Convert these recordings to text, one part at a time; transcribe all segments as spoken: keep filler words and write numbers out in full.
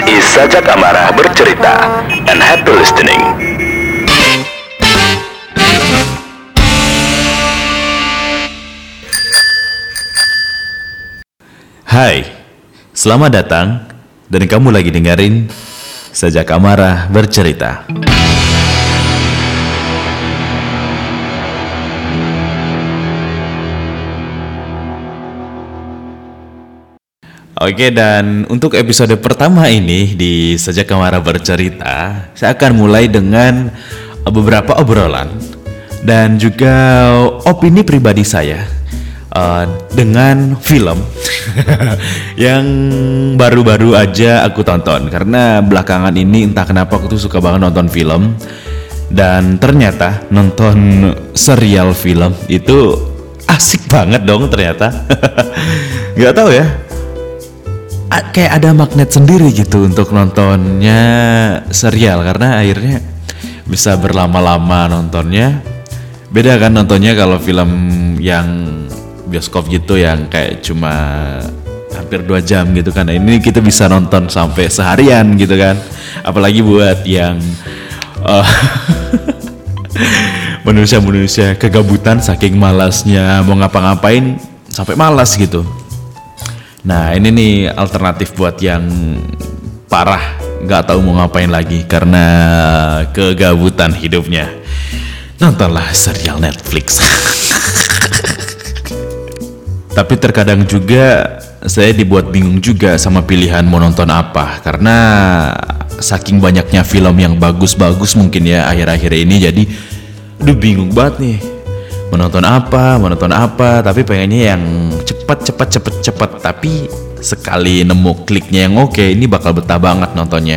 is Sajak Amarah Bercerita, and happy listening. Hai, selamat datang dan kamu lagi dengerin Sajak Amarah Bercerita. Oke, dan untuk episode pertama ini di Sajak Amarah Bercerita, saya akan mulai dengan beberapa obrolan dan juga opini pribadi saya uh, dengan film yang baru-baru aja aku tonton. Karena belakangan ini entah kenapa aku tuh suka banget nonton film, dan ternyata nonton serial film itu asik banget dong ternyata. Gak tahu ya, kayak ada magnet sendiri gitu untuk nontonnya serial, karena akhirnya bisa berlama-lama nontonnya. Beda kan nontonnya kalau film yang bioskop gitu yang kayak cuma hampir dua jam gitu kan. Nah, ini kita bisa nonton sampai seharian gitu kan. Apalagi buat yang uh, manusia-manusia kegabutan saking malasnya mau ngapa-ngapain sampai malas gitu. Nah, ini nih alternatif buat yang parah, gak tahu mau ngapain lagi karena kegabutan hidupnya. Nontonlah serial Netflix. Tapi terkadang juga saya dibuat bingung juga sama pilihan mau nonton apa, karena saking banyaknya film yang bagus-bagus mungkin ya akhir-akhir ini, jadi aduh bingung banget nih menonton apa, menonton apa, tapi pengennya yang cepat, cepat, cepat, cepat. Tapi sekali nemu kliknya yang oke, ini bakal betah banget nontonnya.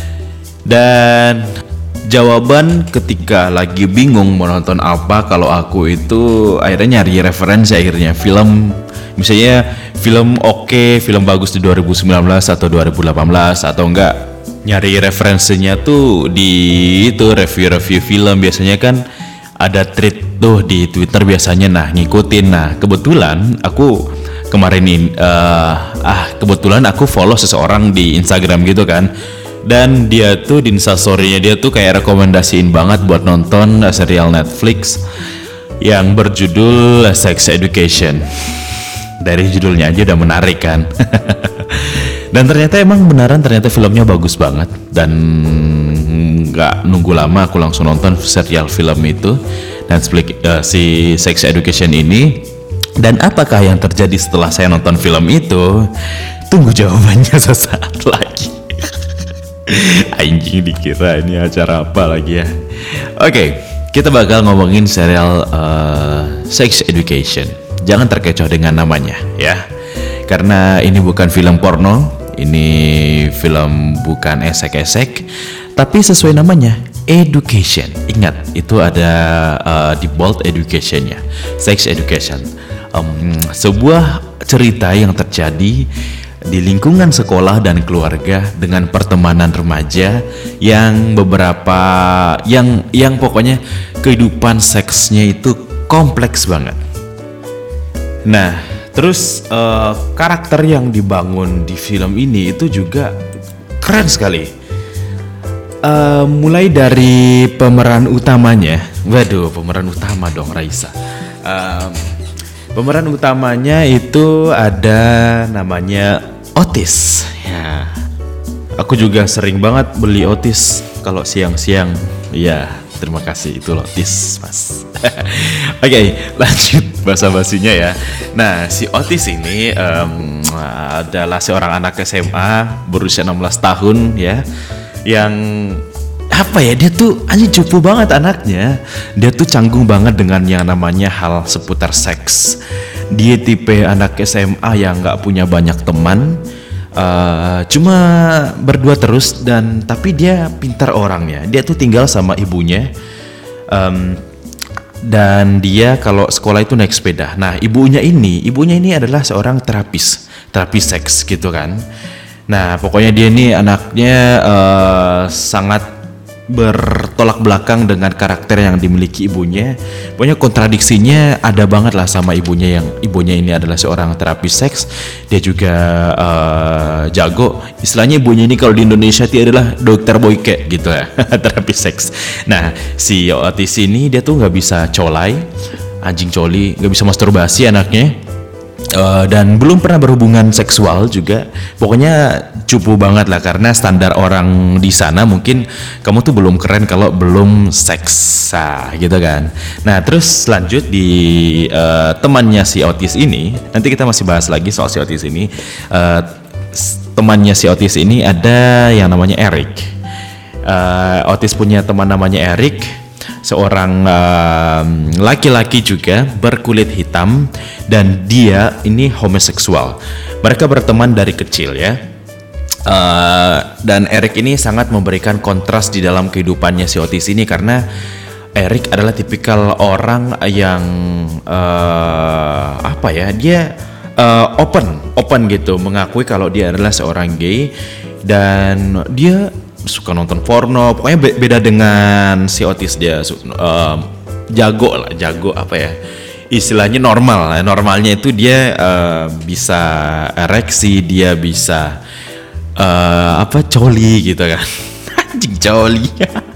Dan jawaban ketika lagi bingung mau nonton apa, kalau aku itu akhirnya nyari referensi akhirnya film. Misalnya film oke, film bagus di dua ribu sembilan belas atau dua ribu delapan belas, atau enggak nyari referensinya tuh di itu review-review film. Biasanya kan ada thread tuh di Twitter biasanya, nah ngikutin. Nah kebetulan aku kemarin ini uh, ah kebetulan aku follow seseorang di Instagram gitu kan, dan dia tuh di instastory-nya dia tuh kayak rekomendasiin banget buat nonton serial Netflix yang berjudul Sex Education. Dari judulnya aja udah menarik kan. Dan ternyata emang beneran ternyata filmnya bagus banget, dan nggak nunggu lama aku langsung nonton serial film itu dan uh, si Sex Education ini. Dan apakah yang terjadi setelah saya nonton film itu? Tunggu jawabannya sesaat lagi. Anjing, dikira ini acara apa lagi ya. Oke, kita bakal ngomongin serial uh, Sex Education. Jangan terkecoh dengan namanya ya, karena ini bukan film porno, ini film bukan esek-esek, tapi sesuai namanya, education. Ingat, itu ada uh, di bold education-nya, Sex Education. Um, sebuah cerita yang terjadi di lingkungan sekolah dan keluarga dengan pertemanan remaja yang beberapa yang yang pokoknya kehidupan seksnya itu kompleks banget. Nah, terus uh, karakter yang dibangun di film ini itu juga keren sekali. Uh, mulai dari pemeran utamanya, waduh pemeran utama dong Raisa. Uh, pemeran utamanya itu ada namanya Otis. Ya, aku juga sering banget beli Otis kalau siang-siang. Ya, terima kasih, itu Otis mas. Oke, okay, lanjut basa-basinya ya. Nah, si Otis ini um, adalah seorang anak S M A berusia enam belas tahun ya, yang apa ya, dia tuh anjing cupu banget anaknya. Dia tuh canggung banget dengan yang namanya hal seputar seks. Dia tipe anak S M A yang nggak punya banyak teman, uh, cuma berdua terus, dan tapi dia pintar orangnya. Dia tuh tinggal sama ibunya. Um, Dan dia kalau sekolah itu naik sepeda. Nah ibunya ini, ibunya ini adalah seorang terapis, terapis seks gitu kan. Nah pokoknya dia ini anaknya uh, sangat bertolak belakang dengan karakter yang dimiliki ibunya. Pokoknya kontradiksinya ada banget lah sama ibunya, yang ibunya ini adalah seorang terapis seks. Dia juga uh, jago. Istilahnya ibunya ini kalau di Indonesia dia adalah dokter boyke gitu ya, terapis seks. Nah, si Otis ini dia tuh nggak bisa colai, anjing coli, nggak bisa masturbasi anaknya. Uh, dan belum pernah berhubungan seksual juga. Pokoknya cupu banget lah, karena standar orang di sana mungkin kamu tuh belum keren kalau belum seks, nah, gitu kan. Nah terus lanjut di uh, temannya si Otis ini, nanti kita masih bahas lagi soal si Otis ini. Uh, temannya si Otis ini ada yang namanya Eric. Uh, Otis punya teman namanya Eric, seorang uh, laki-laki juga berkulit hitam, dan dia ini homoseksual. Mereka berteman dari kecil ya. Uh, dan Eric ini sangat memberikan kontras di dalam kehidupannya si Otis ini, karena Eric adalah tipikal orang yang uh, apa ya, dia uh, open, open gitu, mengakui kalau dia adalah seorang gay, dan dia suka nonton porno. Pokoknya be- beda dengan si Otis, dia uh, jago lah, jago apa ya, istilahnya normal. Normalnya itu dia uh, bisa ereksi, dia bisa uh, apa coli gitu kan, anjing coli,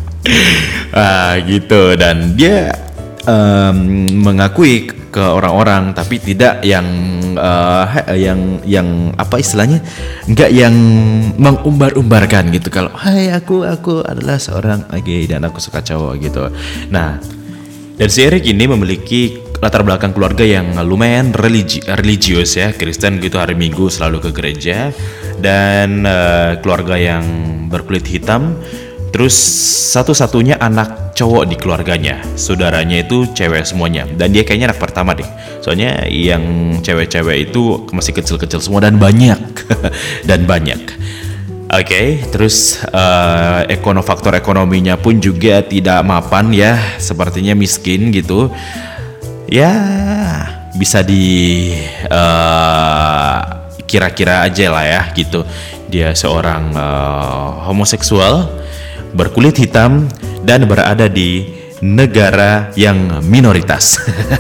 ah gitu. Dan dia um, mengakui ke orang-orang, tapi tidak yang uh, yang yang apa istilahnya, nggak yang mengumbar-umbarkan gitu. Kalau hai aku aku adalah seorang gay dan aku suka cowok gitu. Nah, dan si Eric ini memiliki latar belakang keluarga yang lumayan religi- religius ya, Kristen gitu, hari Minggu selalu ke gereja, dan uh, keluarga yang berkulit hitam. Terus satu-satunya anak cowok di keluarganya, saudaranya itu cewek semuanya, dan dia kayaknya anak pertama deh. Soalnya yang cewek-cewek itu masih kecil-kecil semua dan banyak, dan banyak. Oke, okay, terus uh, ekono faktor ekonominya pun juga tidak mapan ya, sepertinya miskin gitu. Ya bisa di uh, kira-kira aja lah ya gitu. Dia seorang uh, homoseksual, berkulit hitam, dan berada di negara yang minoritas.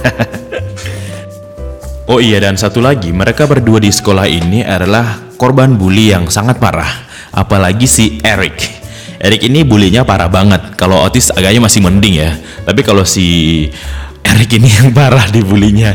Oh iya, dan satu lagi, mereka berdua di sekolah ini adalah korban bully yang sangat parah. Apalagi si Eric. Eric ini bulinya parah banget. Kalau Otis agaknya masih mending ya, tapi kalau si Eric ini yang parah dibulinya.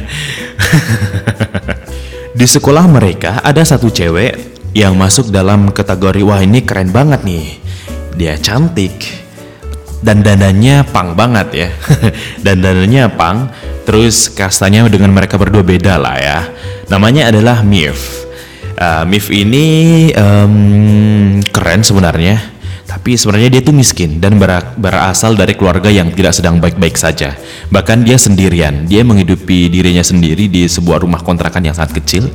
Di sekolah mereka ada satu cewek yang masuk dalam kategori wah ini keren banget nih. Dia cantik dan dandannya pang banget ya. Dan dandannya pang, terus kastanya dengan mereka berdua beda lah ya. Namanya adalah Mif. Uh, Mif ini um, keren sebenarnya, tapi sebenarnya dia tuh miskin dan ber- berasal dari keluarga yang tidak sedang baik-baik saja. Bahkan dia sendirian, dia menghidupi dirinya sendiri di sebuah rumah kontrakan yang sangat kecil.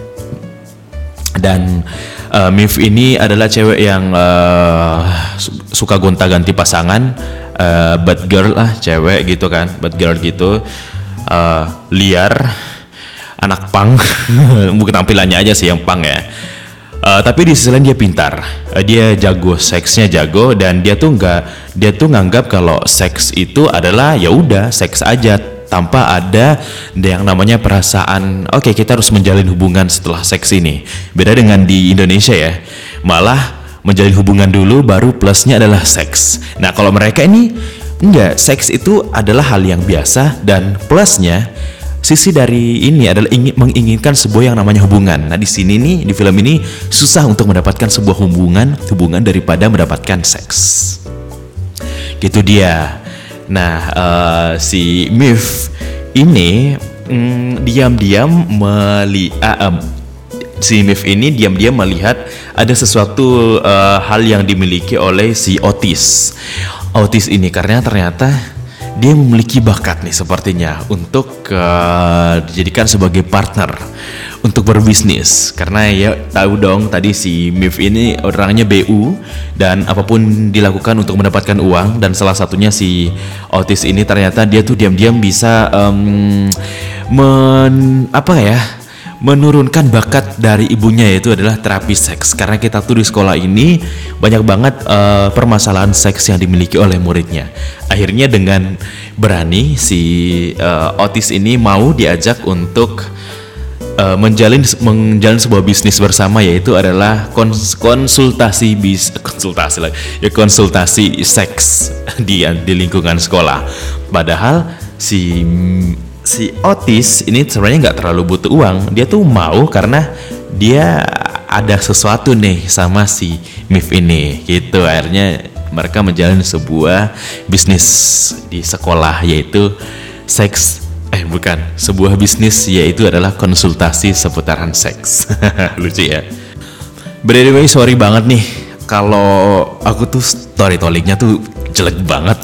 Dan uh, Mif ini adalah cewek yang uh, suka gonta-ganti pasangan, uh, bad girl lah, cewek gitu kan, bad girl gitu, uh, liar, anak pang. Mungkin tampilannya aja sih yang pang ya. Uh, tapi di sisi lain dia pintar, uh, dia jago, seksnya jago, dan dia tuh nggak, dia tuh nganggap kalau seks itu adalah ya udah seks aja, tanpa ada yang namanya perasaan. Oke, okay, kita harus menjalin hubungan setelah seks ini. Beda dengan di Indonesia ya, malah menjalin hubungan dulu baru plusnya adalah seks. Nah kalau mereka ini enggak, seks itu adalah hal yang biasa, dan plusnya sisi dari ini adalah ingin menginginkan sebuah yang namanya hubungan. Nah di sini nih, di film ini susah untuk mendapatkan sebuah hubungan hubungan daripada mendapatkan seks. Gitu dia. Nah uh, si Mif ini mm, diam-diam melihat um, si Mif ini diam-diam melihat ada sesuatu uh, hal yang dimiliki oleh si Otis. Otis ini karena ternyata dia memiliki bakat nih sepertinya untuk uh, dijadikan sebagai partner untuk berbisnis. Karena ya tahu dong tadi si Mif ini orangnya B U dan apapun dilakukan untuk mendapatkan uang, dan salah satunya si Otis ini ternyata dia tuh diam-diam bisa um, men, apa ya menurunkan bakat dari ibunya, yaitu adalah terapi seks. Karena kita tuh di sekolah ini banyak banget uh, permasalahan seks yang dimiliki oleh muridnya. Akhirnya dengan berani si uh, Otis ini mau diajak untuk uh, menjalin menjalin sebuah bisnis bersama, yaitu adalah kons- konsultasi bis konsultasi lah ya konsultasi seks di di lingkungan sekolah. Padahal si si Otis ini sebenarnya nggak terlalu butuh uang. Dia tuh mau karena dia ada sesuatu nih sama si Mif ini gitu. Akhirnya mereka menjalin sebuah bisnis di sekolah, yaitu seks eh bukan sebuah bisnis, yaitu adalah konsultasi seputaran seks. Lucu ya. By the way, sorry banget nih kalau aku tuh storytellingnya tuh jelek banget.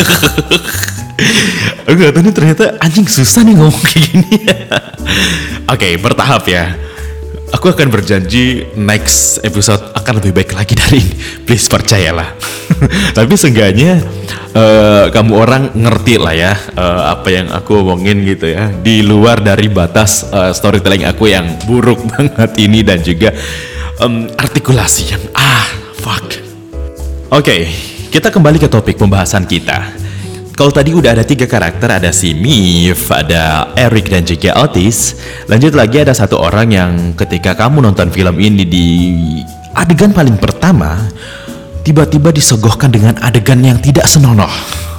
Aku gak tahu nih, ternyata anjing susah nih ngomong kayak gini. Oke, okay, bertahap ya. Aku akan berjanji next episode akan lebih baik lagi dari ini. Please percayalah. Tapi seenggaknya uh, kamu orang ngerti lah ya uh, apa yang aku omongin gitu ya. Di luar dari batas uh, storytelling aku yang buruk banget ini, dan juga um, artikulasi yang ah fuck. Oke, okay, kita kembali ke topik pembahasan kita. Kalau tadi udah ada tiga karakter, ada si Mif, ada Eric, dan juga Otis. Lanjut lagi ada satu orang yang ketika kamu nonton film ini di adegan paling pertama, tiba-tiba disogohkan dengan adegan yang tidak senonoh.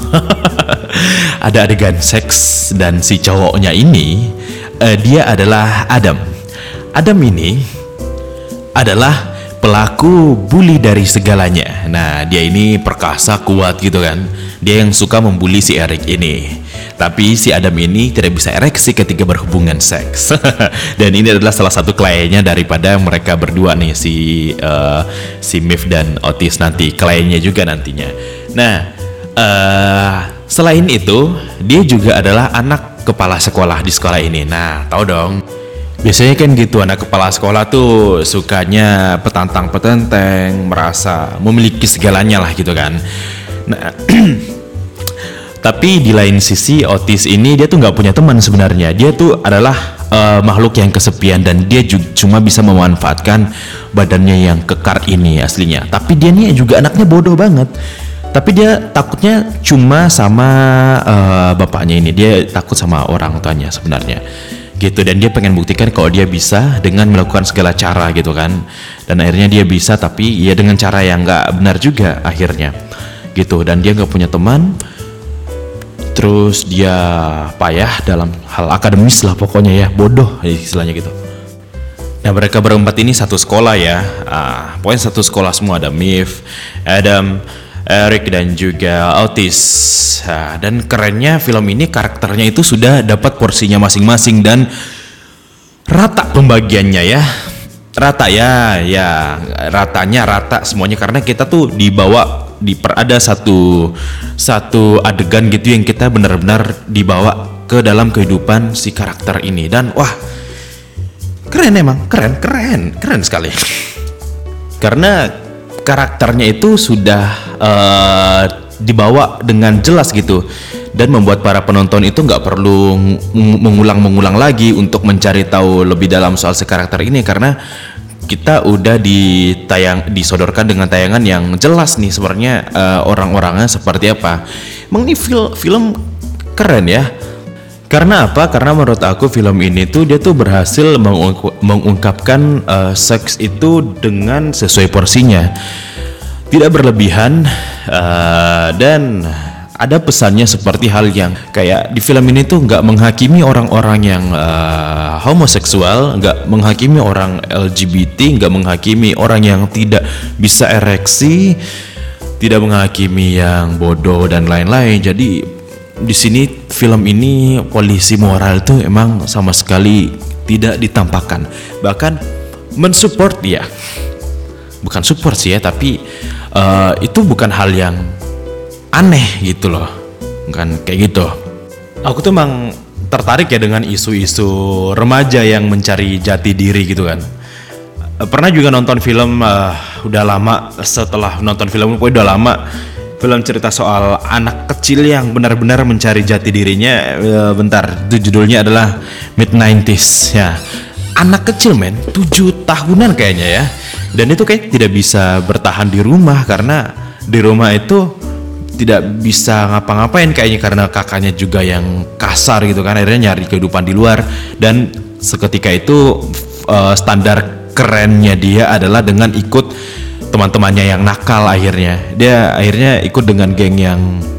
Ada adegan seks dan si cowoknya ini, uh, dia adalah Adam. Adam ini adalah pelaku bully dari segalanya. Nah, dia ini perkasa, kuat gitu kan. Dia yang suka membuli si Eric ini. Tapi si Adam ini tidak bisa ereksi ketika berhubungan seks. Dan ini adalah salah satu kliennya daripada mereka berdua nih, si uh, si Mif dan Otis nanti, kliennya juga nantinya. Nah, uh, selain itu, dia juga adalah anak kepala sekolah di sekolah ini. Nah, tahu dong, biasanya kan gitu, anak kepala sekolah tuh sukanya petantang-petenteng, merasa memiliki segalanya lah gitu kan. Nah, tapi di lain sisi Otis ini dia tuh nggak punya teman sebenarnya. Dia tuh adalah uh, makhluk yang kesepian, dan dia juga cuma bisa memanfaatkan badannya yang kekar ini aslinya. Tapi dia nih juga anaknya bodoh banget. Tapi dia takutnya cuma sama uh, bapaknya ini. Dia takut sama orang tuanya sebenarnya. Gitu, dan dia pengen buktikan kalau dia bisa dengan melakukan segala cara gitu kan. Dan akhirnya dia bisa, tapi ya dengan cara yang nggak benar juga akhirnya gitu. Dan dia nggak punya teman, terus dia payah dalam hal akademis lah pokoknya ya, bodoh istilahnya gitu. Nah, mereka berempat ini satu sekolah ya, ah, pokoknya satu sekolah semua. Ada Mif, Adam, Eric, dan juga Otis. Nah, dan kerennya film ini karakternya itu sudah dapat porsinya masing-masing dan rata pembagiannya ya. Rata ya, ya ratanya rata semuanya, karena kita tuh dibawa di per ada satu satu adegan gitu yang kita benar-benar dibawa ke dalam kehidupan si karakter ini. Dan wah, keren emang, keren, keren, keren sekali. Karena karakternya itu sudah uh, dibawa dengan jelas gitu, dan membuat para penonton itu nggak perlu mengulang-mengulang lagi untuk mencari tahu lebih dalam soal si karakter ini, karena kita udah ditayang disodorkan dengan tayangan yang jelas nih sebenarnya uh, orang-orangnya seperti apa. Emang ini film, film keren ya. Karena apa? Karena menurut aku film ini tuh dia tuh berhasil mengungk- mengungkapkan uh, seks itu dengan sesuai porsinya, tidak berlebihan, uh, dan ada pesannya seperti hal yang kayak di film ini tuh nggak menghakimi orang-orang yang uh, homoseksual, nggak menghakimi orang L G B T, nggak menghakimi orang yang tidak bisa ereksi, tidak menghakimi yang bodoh dan lain-lain. Jadi di sini film ini polisi moral tuh emang sama sekali tidak ditampakkan, bahkan mensupport dia. Bukan support sih ya, tapi uh, itu bukan hal yang aneh gitu loh, kan kayak gitu. Aku tuh emang tertarik ya dengan isu-isu remaja yang mencari jati diri gitu kan. Pernah juga nonton film uh, udah lama, setelah nonton film pokoknya udah lama, film cerita soal anak kecil yang benar-benar mencari jati dirinya. Uh, bentar, itu judulnya adalah mid nineties ya. anak kecil men, tujuh tahunan kayaknya ya. Dan itu kayak tidak bisa bertahan di rumah karena di rumah itu tidak bisa ngapa-ngapain kayaknya karena kakaknya juga yang kasar gitu kan. Akhirnya nyari kehidupan di luar dan seketika itu uh, standar kerennya dia adalah dengan ikut teman-temannya yang nakal. Akhirnya dia akhirnya ikut dengan geng yang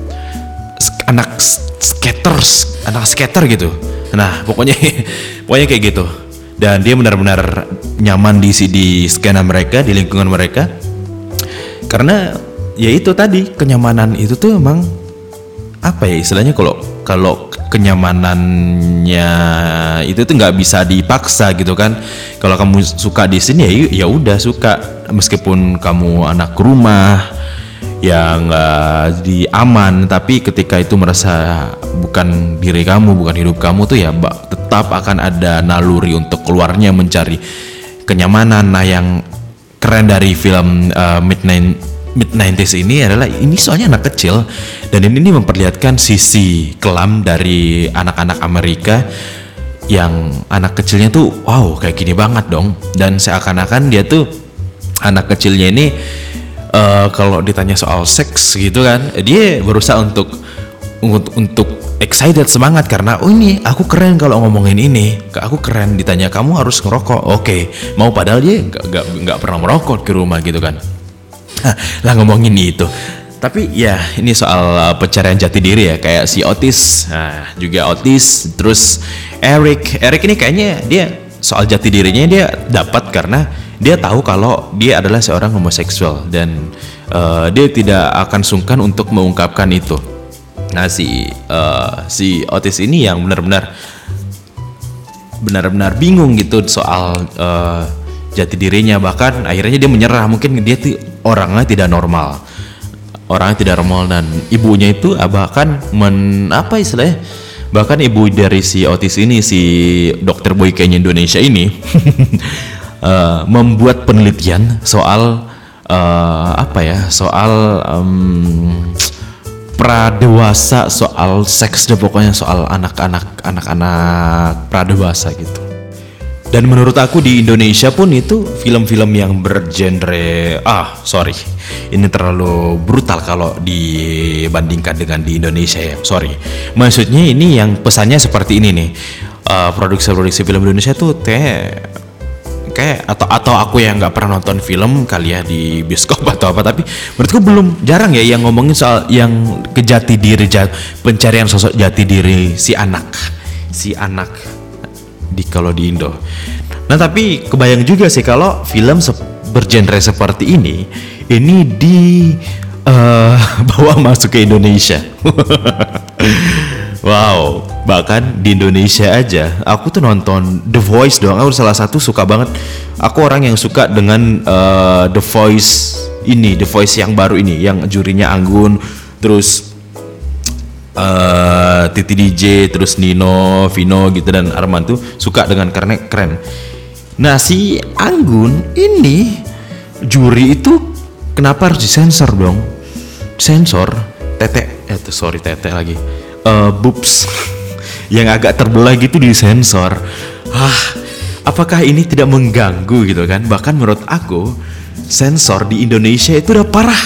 anak skaters, anak skater gitu. Nah pokoknya pokoknya kayak gitu. Dan dia benar-benar nyaman di di skena mereka, di lingkungan mereka. Karena ya itu tadi, kenyamanan itu tuh emang apa ya istilahnya, kalau kalau kenyamanannya itu tuh nggak bisa dipaksa gitu kan. Kalau kamu suka di sini ya ya udah suka, meskipun kamu anak rumah yang nggak di aman, tapi ketika itu merasa bukan diri kamu, bukan hidup kamu tuh ya tetap akan ada naluri untuk keluarnya mencari kenyamanan. Nah yang keren dari film uh, Midnight mid nineties ini adalah ini soalnya anak kecil dan ini, ini memperlihatkan sisi kelam dari anak-anak Amerika yang anak kecilnya tuh wow kayak gini banget dong. Dan seakan-akan dia tuh anak kecilnya ini Uh, kalau ditanya soal seks gitu kan, dia berusaha untuk untuk, untuk excited, semangat karena oh ini aku keren kalau ngomongin ini, aku keren. Ditanya kamu harus ngerokok, oke okay. Mau, padahal dia nggak nggak nggak pernah merokok ke rumah gitu kan. Lah ngomongin itu, tapi ya ini soal uh, pencarian jati diri ya, kayak si Otis, nah juga Otis, terus Eric, Eric ini kayaknya dia soal jati dirinya dia dapat karena dia tahu kalau dia adalah seorang homoseksual dan uh, dia tidak akan sungkan untuk mengungkapkan itu. Nah si uh, si Otis ini yang benar-benar benar-benar bingung gitu soal uh, jati dirinya, bahkan akhirnya dia menyerah. Mungkin dia tuh orangnya tidak normal, orangnya tidak normal dan ibunya itu bahkan men apa istilahnya, bahkan ibu dari si Otis ini, si dokter Boyke-nya Indonesia ini Uh, membuat penelitian soal uh, apa ya, soal um, pradewasa, soal seks deh pokoknya, soal anak-anak anak-anak pradewasa gitu. Dan menurut aku di Indonesia pun itu film-film yang bergenre ah sorry ini terlalu brutal kalau dibandingkan dengan di Indonesia ya, sorry. Maksudnya ini yang pesannya seperti ini nih, uh, produksi-produksi film Indonesia tuh teh kayak atau atau aku yang nggak pernah nonton film kali ya di bioskop atau apa, tapi menurutku belum, jarang ya yang ngomongin soal yang kejati diri, pencarian sosok jati diri si anak si anak di kalau di Indo. Nah tapi kebayang juga sih kalau film se- bergenre seperti ini ini di uh, bawa masuk ke Indonesia. Wow, bahkan di Indonesia aja aku tuh nonton The Voice doang. Aku salah satu suka banget, aku orang yang suka dengan uh, The Voice ini, The Voice yang baru ini, yang jurinya Anggun, terus uh, Titi D J, terus Nino, Vino gitu dan Arman tuh suka dengan karena keren. Nah si Anggun ini juri itu kenapa harus disensor dong? Sensor tete, eh sorry tete lagi. Uh, boobs yang agak terbelah gitu disensor. Ah, apakah ini tidak mengganggu gitu kan? Bahkan menurut aku sensor di Indonesia itu udah parah.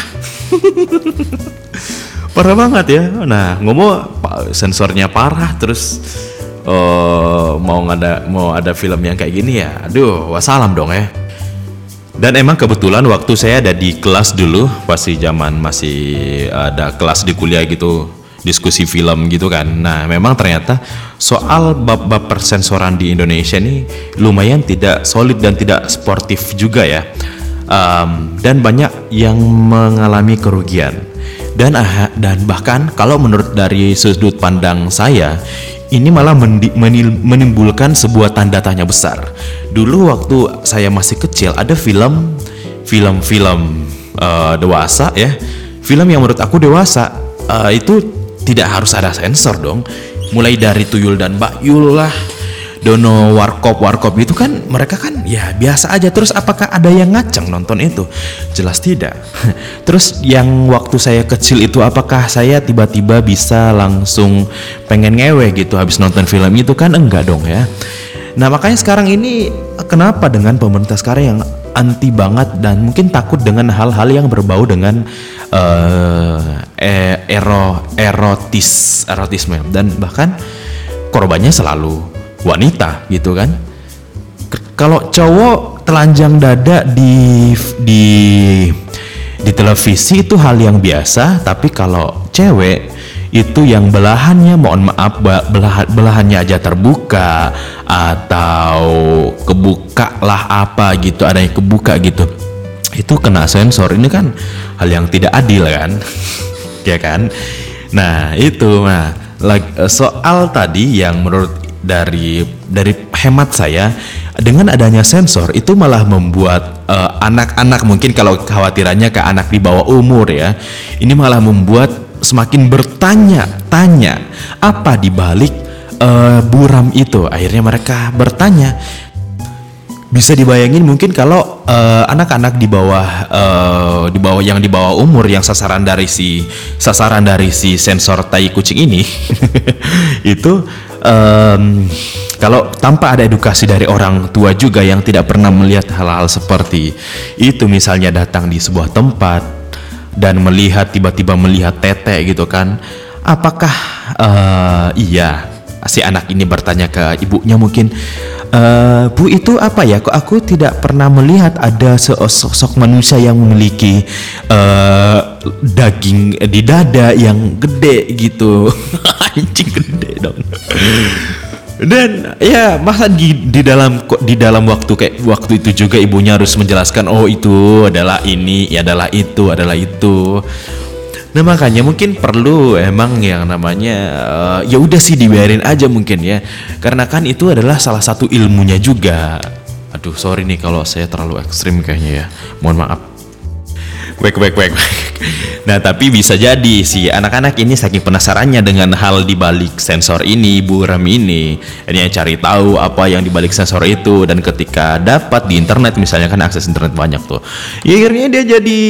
Parah banget ya. Nah, ngomong sensornya parah terus uh, mau ada mau ada film yang kayak gini ya. Aduh, wassalam dong ya. Dan emang kebetulan waktu saya ada di kelas dulu, pasti zaman masih ada kelas di kuliah gitu, diskusi film gitu kan. Nah memang ternyata soal bab-bab persensoran di Indonesia ini lumayan tidak solid dan tidak sportif juga ya, um, dan banyak yang mengalami kerugian. Dan ah, dan bahkan kalau menurut dari sudut pandang saya ini malah mendi- menimbulkan sebuah tanda tanya besar. Dulu waktu saya masih kecil ada film film-film uh, dewasa ya, film yang menurut aku dewasa uh, itu tidak harus ada sensor dong. Mulai dari Tuyul dan Bakyul lah, Dono Warkop Warkop itu kan mereka kan ya biasa aja. Terus apakah ada yang ngaceng nonton itu? Jelas tidak. Terus yang waktu saya kecil itu apakah saya tiba-tiba bisa langsung pengen ngewe gitu habis nonton film itu? Kan enggak dong ya. Nah makanya sekarang ini kenapa dengan pemerintah sekarang yang anti banget dan mungkin takut dengan hal-hal yang berbau dengan uh, ero erotis erotisme, dan bahkan korbannya selalu wanita gitu kan. Kalau cowok telanjang dada di di di televisi itu hal yang biasa, tapi kalau cewek itu yang belahannya, mohon maaf, belah, belahannya aja terbuka atau kebuka lah apa gitu, ada yang kebuka gitu, itu kena sensor. Ini kan hal yang tidak adil kan. Ya kan. Nah itu, nah soal tadi yang menurut dari dari hemat saya, dengan adanya sensor itu malah membuat uh, anak-anak, mungkin kalau khawatirannya ke anak di bawah umur ya, ini malah membuat semakin bertanya-tanya apa dibalik uh, buram itu. Akhirnya mereka bertanya. Bisa dibayangin mungkin kalau uh, anak-anak di bawah uh, di bawah yang di bawah umur yang sasaran dari si sasaran dari si sensor tai kucing ini itu um, kalau tanpa ada edukasi dari orang tua juga yang tidak pernah melihat hal-hal seperti itu, misalnya datang di sebuah tempat dan melihat, tiba-tiba melihat tete gitu kan, apakah uh, iya si anak ini bertanya ke ibunya mungkin, e, Bu itu apa ya, kok aku tidak pernah melihat ada sosok manusia yang memiliki uh, daging di dada yang gede gitu. Anjing gede dong. Dan ya masa di, di dalam di dalam waktu kayak waktu itu juga ibunya harus menjelaskan, oh itu adalah ini, ya adalah itu, adalah itu. Nah makanya mungkin perlu emang yang namanya uh, ya udah sih dibiarin aja mungkin ya, karena kan itu adalah salah satu ilmunya juga. Aduh sorry nih kalau saya terlalu ekstrim kayaknya ya, mohon maaf. Baik baik baik baik. Nah tapi bisa jadi si anak-anak ini saking penasarannya dengan hal di balik sensor ini, buram ini, ini yang cari tahu apa yang di balik sensor itu, dan ketika dapat di internet misalnya kan akses internet banyak tuh, ya akhirnya dia jadi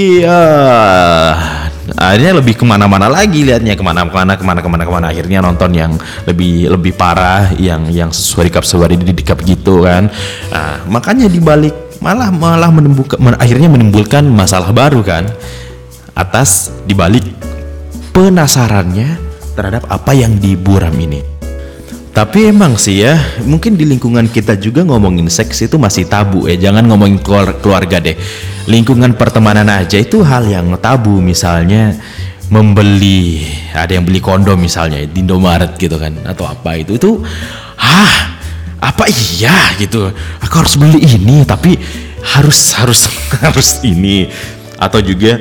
uh, akhirnya lebih kemana-mana lagi liatnya, kemana-mana kemana-kemana kemana akhirnya nonton yang lebih lebih parah, yang yang sesuai dikap sesuai didikap gitu kan. Nah makanya dibalik malah malah menimbulkan men, akhirnya menimbulkan masalah baru kan, atas dibalik penasarannya terhadap apa yang diburam ini. Tapi emang sih ya, mungkin di lingkungan kita juga ngomongin seks itu masih tabu ya. Jangan ngomongin keluarga deh, lingkungan pertemanan aja itu hal yang tabu. Misalnya membeli, ada yang beli kondom misalnya di Indomaret gitu kan, atau apa itu, itu hah apa iya gitu, aku harus beli ini tapi harus harus harus ini. Atau juga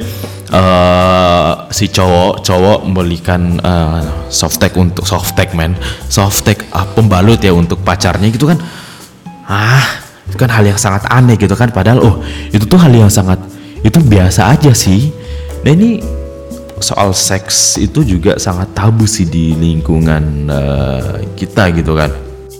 uh, si cowok cowok membelikan uh, softtek untuk softtek men softtek uh, pembalut ya untuk pacarnya gitu kan. Ah itu kan hal yang sangat aneh gitu kan, padahal oh itu tuh hal yang sangat, itu biasa aja sih. Nah ini soal seks itu juga sangat tabu sih di lingkungan uh, kita gitu kan.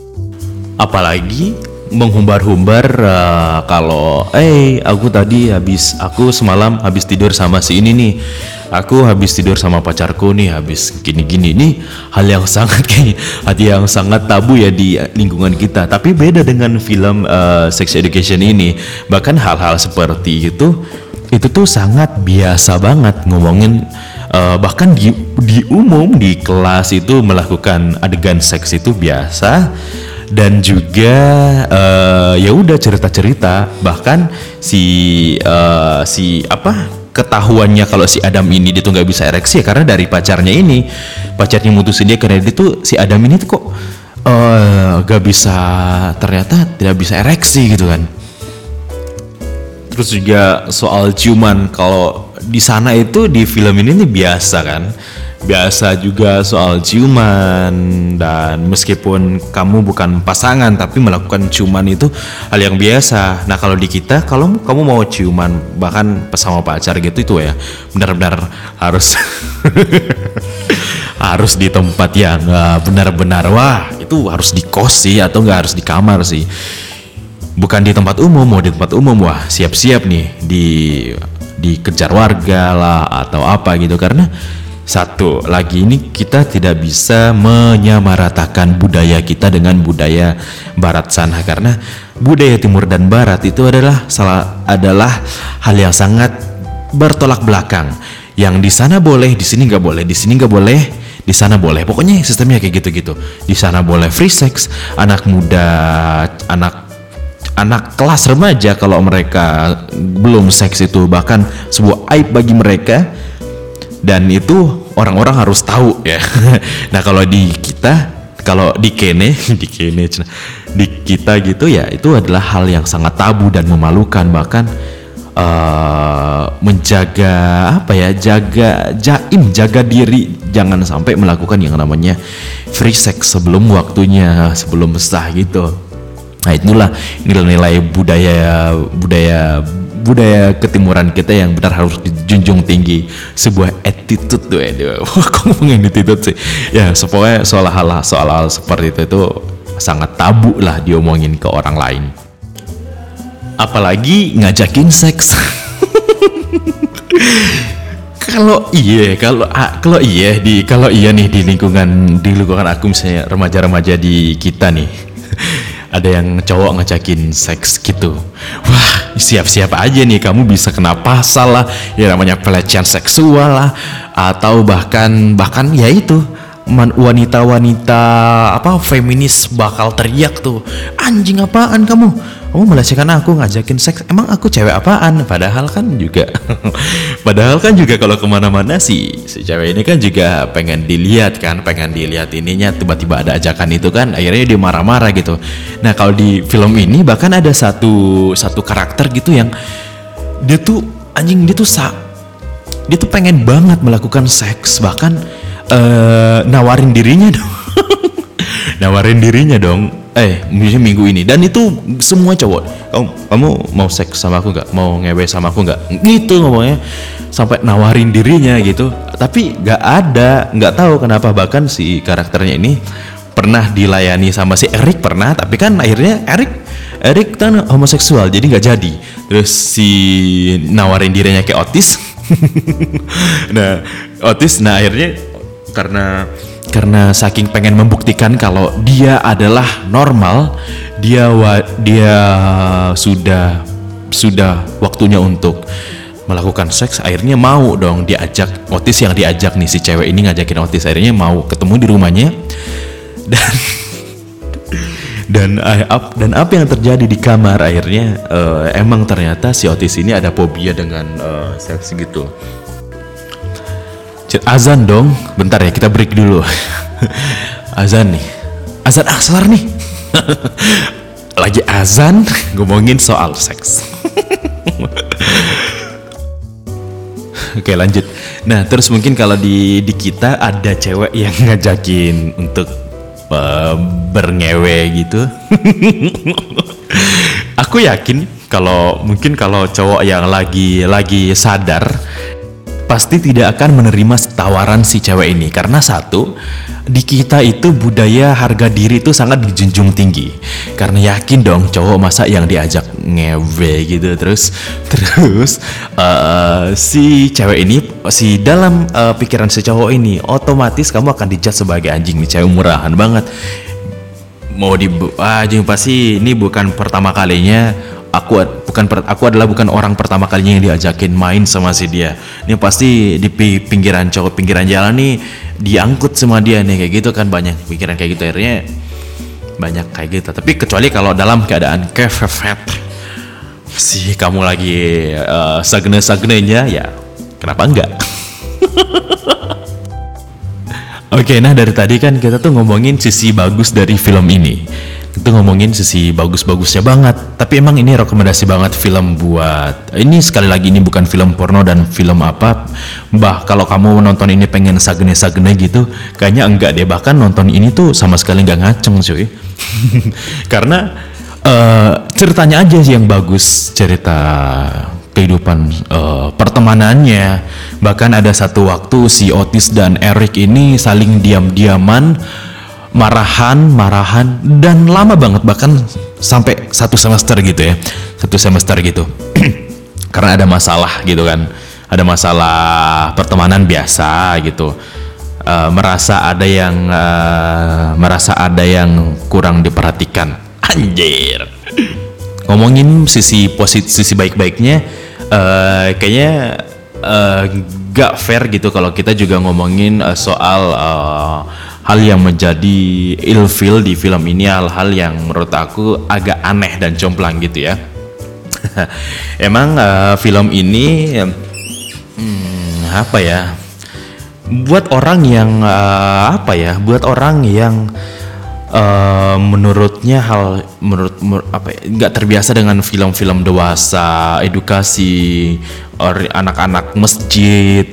Apalagi menghumbar-humbar uh, kalau eh hey, aku tadi habis aku semalam habis tidur sama si ini nih, aku habis tidur sama pacarku nih habis gini-gini. Ini hal yang sangat kayak hati yang sangat tabu ya di lingkungan kita. Tapi beda dengan film uh, Sex Education ini, bahkan hal-hal seperti itu itu tuh sangat biasa banget ngomongin. Uh, bahkan di, di umum di kelas itu melakukan adegan seks itu biasa. Dan juga uh, ya udah cerita-cerita, bahkan si uh, si apa ketahuannya kalau si Adam ini dia tuh nggak bisa ereksi ya karena dari pacarnya ini, pacarnya mutusin dia karena dia tuh si Adam ini tuh kok nggak uh, bisa, ternyata tidak bisa ereksi gitu kan. Terus juga soal ciuman, kalau di sana itu di film ini nih biasa kan. Biasa juga soal ciuman, dan meskipun kamu bukan pasangan tapi melakukan ciuman itu hal yang biasa. Nah kalau di kita, kalau kamu mau ciuman bahkan sama pacar gitu itu ya benar-benar harus harus di tempat yang uh, benar-benar wah itu harus di kos sih, atau nggak harus di kamar sih, bukan di tempat umum. Mau di tempat umum wah siap-siap nih di dikejar warga lah atau apa gitu, karena Satu lagi, ini kita tidak bisa menyamaratakan budaya kita dengan budaya barat sana, karena budaya timur dan barat itu adalah salah adalah hal yang sangat bertolak belakang. Yang di sana boleh, di sini nggak boleh, di sini nggak boleh, di sana boleh. Pokoknya sistemnya kayak gitu-gitu. Di sana boleh free sex, anak muda, anak anak kelas remaja kalau mereka belum seks itu bahkan sebuah aib bagi mereka, dan itu orang-orang harus tahu ya. Nah kalau di kita, kalau di kene, di kene, di kita gitu ya, itu adalah hal yang sangat tabu dan memalukan, bahkan uh, menjaga apa ya, jaga jaim, jaga diri, jangan sampai melakukan yang namanya free sex sebelum waktunya, sebelum sah gitu. Nah itulah nilai-nilai budaya budaya budaya ketimuran kita yang benar harus dijunjung tinggi, sebuah attitude tuh ya. Wah, kok ngomongin attitude sih? Ya, pokoknya soal hal soal hal seperti itu itu sangat tabu lah diomongin ke orang lain. Apalagi ngajakin seks. Kalau iya, kalau kalau iya di kalau iya nih di lingkungan di lingkungan aku misalnya remaja-remaja di kita nih. Ada yang cowok ngajakin seks gitu, wah siap-siap aja nih, kamu bisa kena pasal lah, ya namanya pelecehan seksual lah, atau bahkan bahkan ya itu wanita-wanita apa feminis bakal teriak tuh, anjing apaan kamu, kamu melecehkan aku ngajakin seks, emang aku cewek apaan? Padahal kan juga padahal kan juga kalau kemana-mana sih si cewek ini kan juga pengen dilihat kan, pengen dilihat ininya, tiba-tiba ada ajakan itu kan, akhirnya dia marah-marah gitu. Nah kalau di film ini bahkan ada satu satu karakter gitu yang dia tuh anjing, dia tuh sa dia tuh pengen banget melakukan seks, bahkan uh, nawarin dirinya dong nawarin dirinya dong eh misalnya minggu ini, dan itu semua cowok, kamu kamu mau seks sama aku nggak, mau ngewe sama aku nggak, gitu ngomongnya, sampai nawarin dirinya gitu, tapi nggak ada, nggak tahu kenapa, bahkan si karakternya ini pernah dilayani sama si Eric pernah, tapi kan akhirnya Eric Eric kan homoseksual jadi nggak jadi, terus si nawarin dirinya kayak Otis. Nah Otis, nah akhirnya karena karena saking pengen membuktikan kalau dia adalah normal, dia wa, dia sudah sudah waktunya untuk melakukan seks, akhirnya mau dong diajak Otis, yang diajak nih si cewek ini ngajakin Otis, akhirnya mau ketemu di rumahnya, dan dan up dan apa yang terjadi di kamar, akhirnya uh, emang ternyata si Otis ini ada fobia dengan uh, seks gitu. Azan dong, bentar ya kita break dulu. Azan nih, azan asar nih. Lagi azan ngomongin soal seks. Oke lanjut. Nah terus mungkin kalau di di kita ada cewek yang ngajakin untuk uh, berngewe gitu. Aku yakin kalau mungkin kalau cowok yang lagi lagi sadar pasti tidak akan menerima tawaran si cewek ini, karena satu, di kita itu budaya harga diri itu sangat dijunjung tinggi, karena yakin dong cowok masa yang diajak ngewe gitu, terus terus uh, si cewek ini, si dalam uh, pikiran si cowok ini otomatis kamu akan dijudge sebagai anjing nih, cewek murahan banget, mau di anjing, pasti ini bukan pertama kalinya aku bukan aku adalah bukan orang pertama kalinya yang diajakin main sama si dia. Ini pasti di pinggiran cowok pinggiran jalan nih diangkut sama dia nih, kayak gitu kan, banyak pikiran kayak gitu, akhirnya banyak kayak gitu. Tapi kecuali kalau dalam keadaan kefefet si kamu lagi uh, sagne-sagnenya, ya kenapa enggak? Oke, nah dari tadi kan kita tuh ngomongin sisi bagus dari film ini. Itu ngomongin sisi bagus-bagusnya banget. Tapi emang ini rekomendasi banget film buat, ini sekali lagi ini bukan film porno dan film apa. Bah kalau kamu nonton ini pengen sagne-sagne gitu, kayaknya enggak deh. Bahkan nonton ini tuh sama sekali nggak ngaceng cuy. Karena uh, ceritanya aja sih yang bagus, cerita kehidupan uh, pertemanannya. Bahkan ada satu waktu si Otis dan Eric ini saling diam-diaman, marahan, marahan, dan lama banget, bahkan sampai satu semester gitu ya, satu semester gitu, karena ada masalah gitu kan, ada masalah pertemanan biasa gitu. Uh, merasa ada yang uh, merasa ada yang kurang diperhatikan. Anjir. Ngomongin sisi positif, sisi baik-baiknya, uh, kayaknya uh, gak fair gitu kalau kita juga ngomongin uh, soal uh, hal yang menjadi ilfil di film ini, hal-hal yang menurut aku agak aneh dan jomplang gitu ya. Emang uh, film ini hmm, apa ya? Buat orang yang uh, apa ya? Buat orang yang uh, menurutnya hal menurut, menurut apa? Ya, nggak terbiasa dengan film-film dewasa, edukasi, or, anak-anak masjid.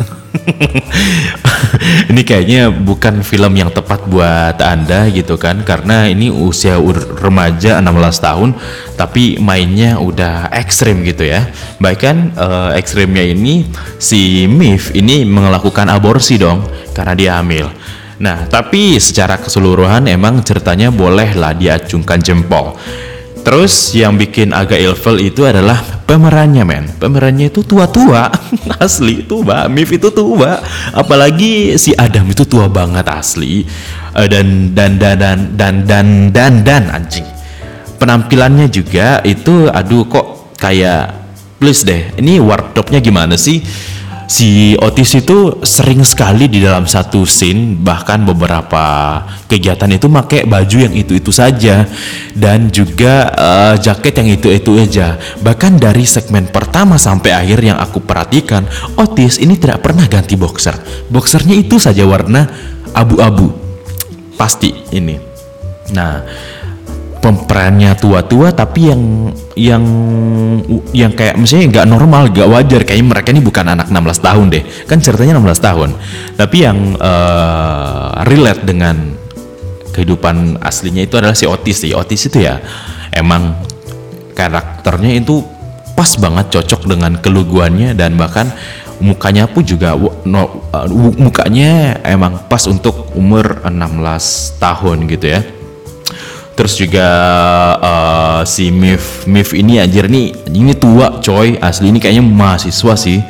Ini kayaknya bukan film yang tepat buat Anda gitu kan, karena ini usia remaja enam belas tahun tapi mainnya udah ekstrim gitu ya. Bahkan uh, ekstrimnya ini si Mif ini melakukan aborsi dong karena dia hamil. Nah, tapi secara keseluruhan emang ceritanya bolehlah diacungkan jempol. Terus yang bikin agak ilfil itu adalah pemerannya, men. Pemerannya itu tua-tua. Asli tua, Mif itu tua. Apalagi si Adam itu tua banget asli. Uh, dan dan dan dan dan dan dan dan anjing. Penampilannya juga itu aduh kok kayak please deh. Ini wardrobe-nya gimana sih? Si Otis itu sering sekali di dalam satu scene, bahkan beberapa kegiatan itu pakai baju yang itu-itu saja dan juga uh, jaket yang itu-itu aja. Bahkan dari segmen pertama sampai akhir yang aku perhatikan, Otis ini tidak pernah ganti boxer. Boxernya itu saja warna abu-abu. Pasti ini. Nah, pemerannya tua-tua tapi yang yang yang kayak misalnya nggak normal, nggak wajar, kayaknya mereka ini bukan anak enam belas tahun deh, kan ceritanya enam belas tahun tapi yang uh, relate dengan kehidupan aslinya itu adalah si Otis. Si Otis itu ya emang karakternya itu pas banget, cocok dengan keluguannya dan bahkan mukanya pun juga no, uh, mukanya emang pas untuk umur enam belas tahun gitu ya. Terus juga uh, si Mif Mif ini anjir nih, ini tua coy, asli ini kayaknya mahasiswa sih.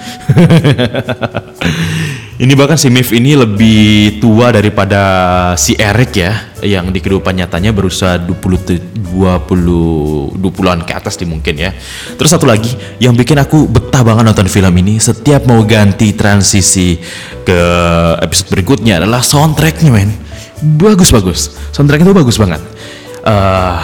Ini bahkan si Mif ini lebih tua daripada si Eric ya, yang di kehidupan nyatanya berusia dua puluh dua puluh dua puluhan ke atas di mungkin ya. Terus satu lagi yang bikin aku betah banget nonton film ini, setiap mau ganti transisi ke episode berikutnya adalah soundtracknya, men. Bagus-bagus. Soundtracknya tuh bagus banget. Uh,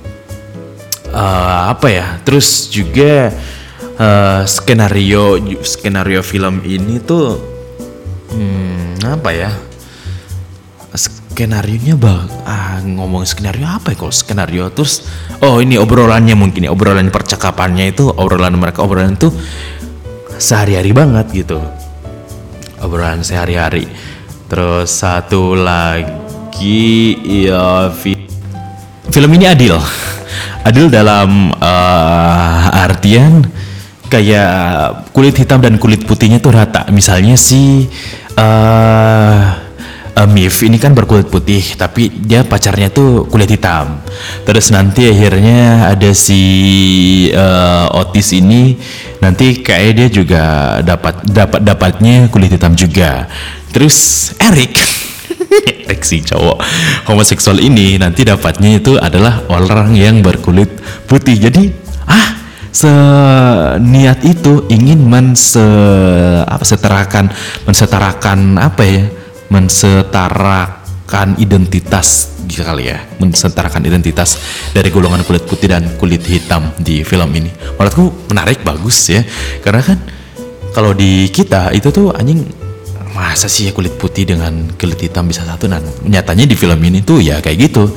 uh, apa ya? Terus juga uh, skenario skenario film ini tuh hmm, apa ya? Skenarionya bang, ah ngomong skenario apa ya kalau skenario? Terus oh ini obrolannya mungkin ya, obrolan percakapannya itu, obrolan mereka obrolan tuh sehari-hari banget gitu, obrolan sehari-hari. Terus satu lagi ya fi- film ini adil, adil dalam uh, artian kayak kulit hitam dan kulit putihnya tuh rata. Misalnya si uh, uh, Mif ini kan berkulit putih, tapi dia pacarnya tuh kulit hitam. Terus nanti akhirnya ada si uh, Otis ini, nanti kayak dia juga dapat dapat dapatnya kulit hitam juga. Terus Eric Eric si cowok homoseksual ini nanti dapatnya itu adalah orang yang berkulit putih. Jadi ah seniat itu ingin mense apa setarakan mensetarakan apa ya mensetarakan identitas gitu kali ya, mensetarakan identitas dari golongan kulit putih dan kulit hitam di film ini. Menurutku menarik, bagus ya, karena kan kalau di kita itu tuh anjing, masa sih ya kulit putih dengan kulit hitam bisa satu? Nah, nyatanya di film ini tuh ya kayak gitu.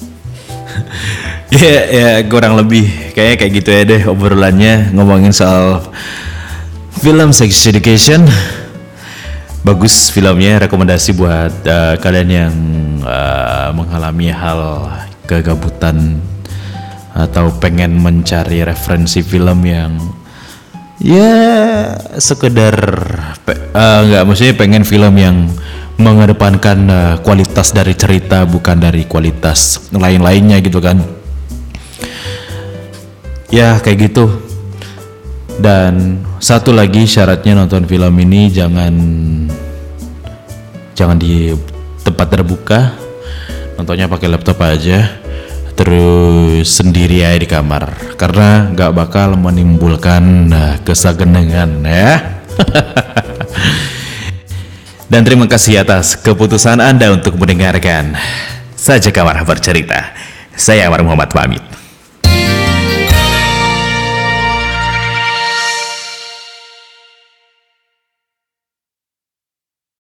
Ya, ya kurang lebih kayak kayak gitu ya deh obrolannya ngomongin soal film Sex Education. Bagus filmnya, rekomendasi buat uh, kalian yang uh, mengalami hal kegabutan atau pengen mencari referensi film yang ya sekedar uh, nggak maksudnya pengen film yang mengedepankan uh, kualitas dari cerita bukan dari kualitas lain-lainnya gitu kan ya, kayak gitu. Dan satu lagi syaratnya nonton film ini jangan jangan di tempat terbuka, nontonnya pakai laptop aja, terus sendiri aja di kamar, karena nggak bakal menimbulkan nah, kesagenengan ya. Dan terima kasih atas keputusan Anda untuk mendengarkan Saja Kamar Bercerita. Saya Amar Muhammad pamit.